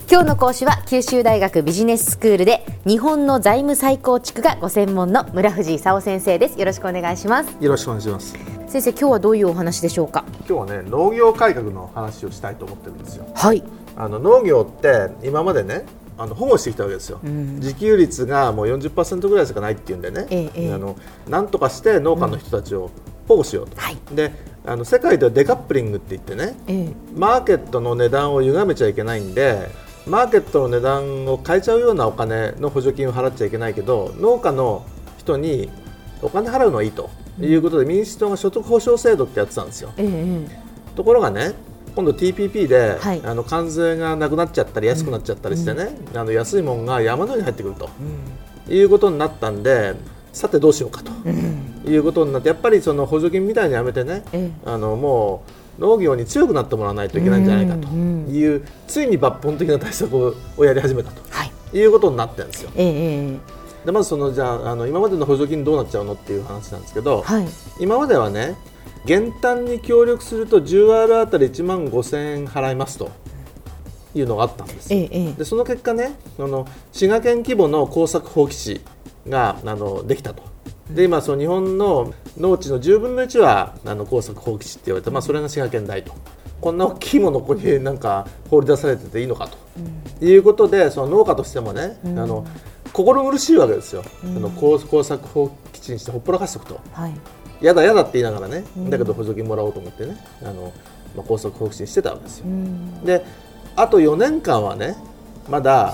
今日の講師は九州大学ビジネススクールで日本の財務再構築がご専門の村藤勲先生です。よろしくお願いします。 よろしくお願いします。 先生、今日はどういうお話でしょうか？ 今日はね、農業改革の話をしたいと思ってるんですよ。 はい。 農業って今までね、保護してきたわけですよ。自給率がもう 40% ぐらいしかないっていうんでね、なんとかして農家の人たちを保護しようと、 はい、 で世界ではデカップリングって言ってね、マーケットの値段を歪めちゃいけないんで、マーケットの値段を変えちゃうようなお金の補助金を払っちゃいけないけど、農家の人にお金払うのはいいということで、民主党が所得保障制度ってやってたんですよ。ところがね、今度 TPP で、はい、関税がなくなっちゃったり安くなっちゃったりしてね、安いものが山のように入ってくると、いうことになったんで、さてどうしようかと、いうことになって、やっぱりその補助金みたいにやめてね、もう農業に強くなってもらわないといけないんじゃないかという、ついに抜本的な対策をやり始めたと、いうことになってるんですよ。でまずじゃあ、今までの補助金どうなっちゃうのっていう話なんですけど、はい、今まではね、減反に協力すると 10R あたり1万5000円払いますというのがあったんです。でその結果ね、滋賀県規模の耕作放棄地ができたと。で今その日本の農地の10分の1は耕作放棄地って言われて、それが滋賀県大と、こんな大きいものここになんか放り出されてていいのかと、いうことで、その農家としてもね、心苦しいわけですよ。耕作放棄地にしてほっぽらかしておくと、はい、やだやだって言いながらね、だけど補助金もらおうと思ってね、耕作放棄地にしてたわけですよ。であと4年間はね、まだ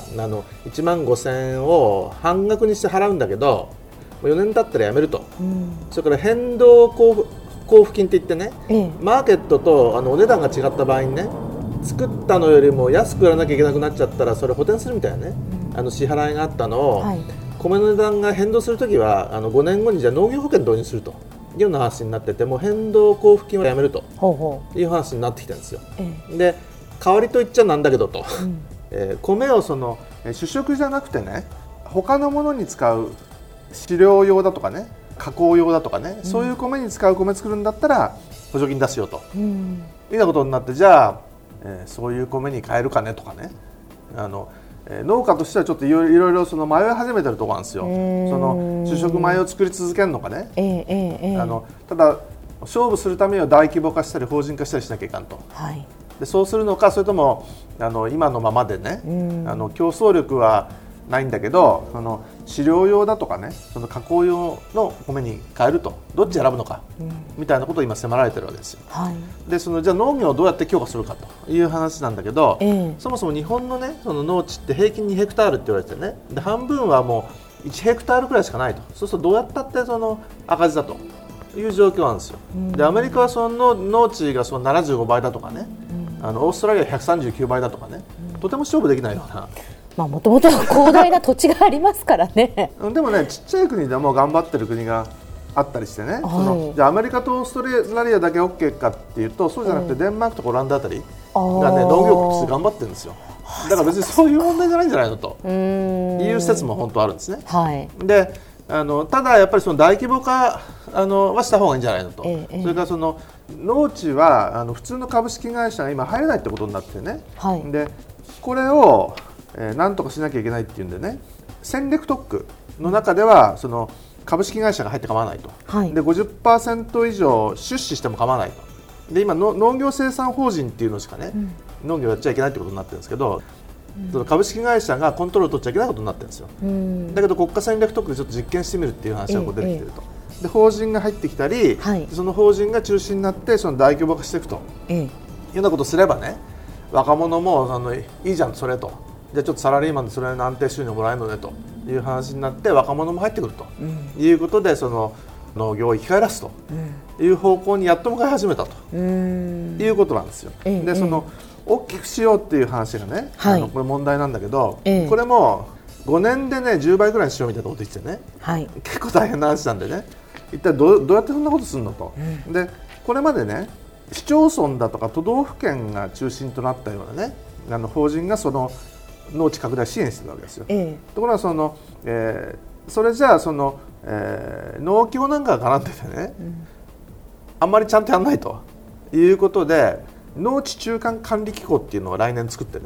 1万5000円を半額にして払うんだけど、4年経ったらやめると、それから変動交付金って言ってね、マーケットとお値段が違った場合にね、作ったのよりも安く売らなきゃいけなくなっちゃったらそれ補填するみたいなね、支払いがあったのを、米の値段が変動するときは5年後にじゃあ農業保険導入するというような話になってて、もう変動交付金はやめるという話になってきてるんですよ。で代わりと言っちゃなんだけどと、米を主食じゃなくてね、他のものに使う飼料用だとかね、加工用だとかね、そういう米に使う米作るんだったら補助金出すよと、いうようなことになって、じゃあ、そういう米に変えるかねとかね、農家としてはちょっといろいろ迷い始めてるところなんですよ。主食米を作り続けるのかね、ただ勝負するためには大規模化したり法人化したりしなきゃいかんと、でそうするのか、それとも今のままでね、競争力はないんだけど飼料用だとかね、加工用の米に変えると、どっち選ぶのか、みたいなことを今迫られてるわけですよ。でじゃあ農業をどうやって強化するかという話なんだけど、そもそも日本のね、農地って平均2ヘクタールって言われてね、で半分はもう1ヘクタールくらいしかないと。そうするとどうやったって赤字だという状況なんですよ。でアメリカはその農地が75倍だとかね、オーストラリアは139倍だとかね、とても勝負できないような、 もともと広大な土地がありますからねでもね、ちっちゃい国でも頑張ってる国があったりしてね、じゃあアメリカとオーストラリアだけ OK かっていうと、そうじゃなくてデンマークとかオランダあたりがね、農業国として頑張ってるんですよ。だから別にそういう問題じゃないんじゃないのという説も本当あるんですね。でただやっぱり大規模化はした方がいいんじゃないのと、それから農地は普通の株式会社が今入れないってことになってね、でこれをなんとかしなきゃいけないっていうんでね、戦略特区の中では株式会社が入って構わないと、で 50% 以上出資しても構わないと。で今農業生産法人っていうのしかね、農業やっちゃいけないってことになってるんですけど、株式会社がコントロール取っちゃいけないことになってるんですよ。だけど国家戦略特区でちょっと実験してみるっていう話が出てきてると。で法人が入ってきたり、その法人が中心になって大規模化していくと、いうようなことをすればね、若者もいいじゃんそれと、じゃあちょっとサラリーマンでそれの安定収入もらえるのねという話になって、若者も入ってくるということで、農業を生き返らすという方向にやっと向かい始めたということなんですよ。で大きくしようっていう話がね、これ問題なんだけど、これも5年でね10倍ぐらいにしようみたいなこと言ってね、結構大変な話なんでね、一体どうやってそんなことするのと、でこれまでね、市町村だとか都道府県が中心となったようなね、法人が農地拡大支援してるわけですよ。ところがそれじゃあ農協なんかが絡んでてね、あんまりちゃんとやらないということで、農地中間管理機構っていうのを来年作ってね、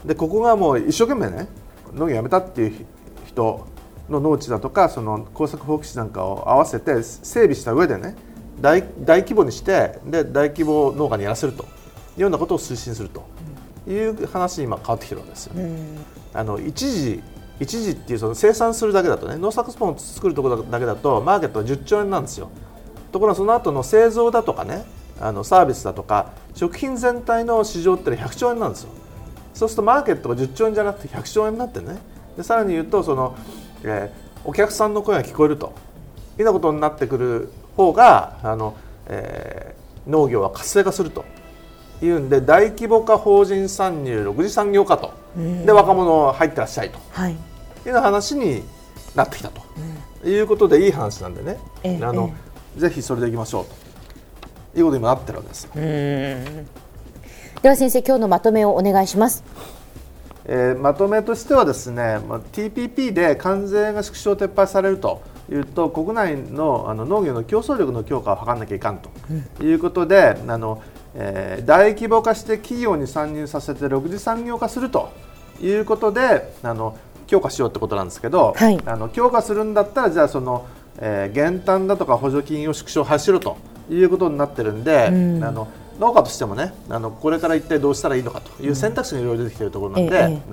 でここがもう一生懸命ね農業やめたっていう人の農地だとかその耕作放棄地なんかを合わせて整備した上でね大規模にしてで大規模農家にやらせるというようなことを推進するという話に今変わってきてるわけですよ。一時っていうその生産するだけだとね農作物を作るところだけだとマーケットは10兆円なんですよ。ところがその後の製造だとかねサービスだとか食品全体の市場って100兆円なんですよ。そうするとマーケットが10兆円じゃなくて100兆円になってねでさらに言うとその、お客さんの声が聞こえるというようなことになってくる方が農業は活性化するというんで大規模化法人参入6次産業化とで若者入ってらっしゃいと、いうような話になってきたと、いうことでいい話なんでね、ぜひそれでいきましょうということにもなってるわけです。 では先生今日のまとめをお願いします。 まとめとしてはですね、TPP で関税が縮小撤廃されるというと国内の農業の競争力の強化を図らなきゃいかんということで、大規模化して企業に参入させて6次産業化するということで強化しようってことなんですけど、強化するんだったらじゃあその、減反だとか補助金を縮小廃止しろということになってるんで、農家としてもねこれから一体どうしたらいいのかという選択肢がいろいろ出てきているところなんで、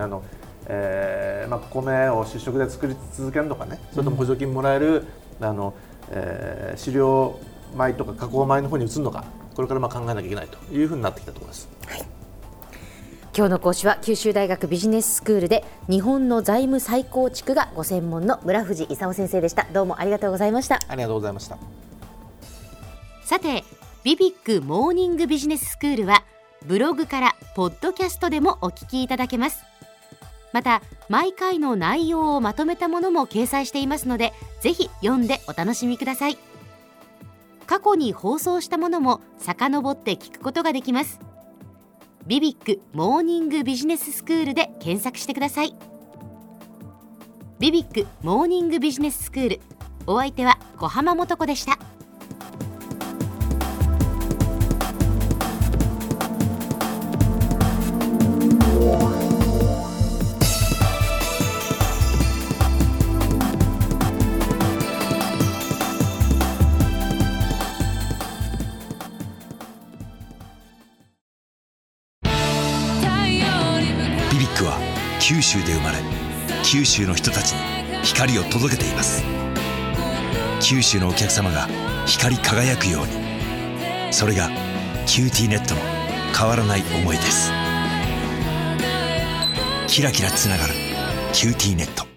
米を主食で作り続けるのかねそれとも補助金もらえる飼料米とか加工米の方に移るのかこれから考えなきゃいけないというふうになってきたところです。 今日の講師は九州大学ビジネススクールで日本の財務再構築がご専門の村藤勲先生でした。どうもありがとうございました。 ありがとうございました。 さてビビックモーニングビジネススクールはブログからポッドキャストでもお聞きいただけます。また毎回の内容をまとめたものも掲載していますのでぜひ読んでお楽しみください。過去に放送したものも遡って聞くことができます。ビビックモーニングビジネススクールで検索してください。ビビックモーニングビジネススクール、お相手は小浜もとこでした。 ビビックは九州で生まれ九州の人たちに光を届けています。九州のお客様が光り輝くように、それがキューティーネットの変わらない思いです。キラキラつながるキューティーネット。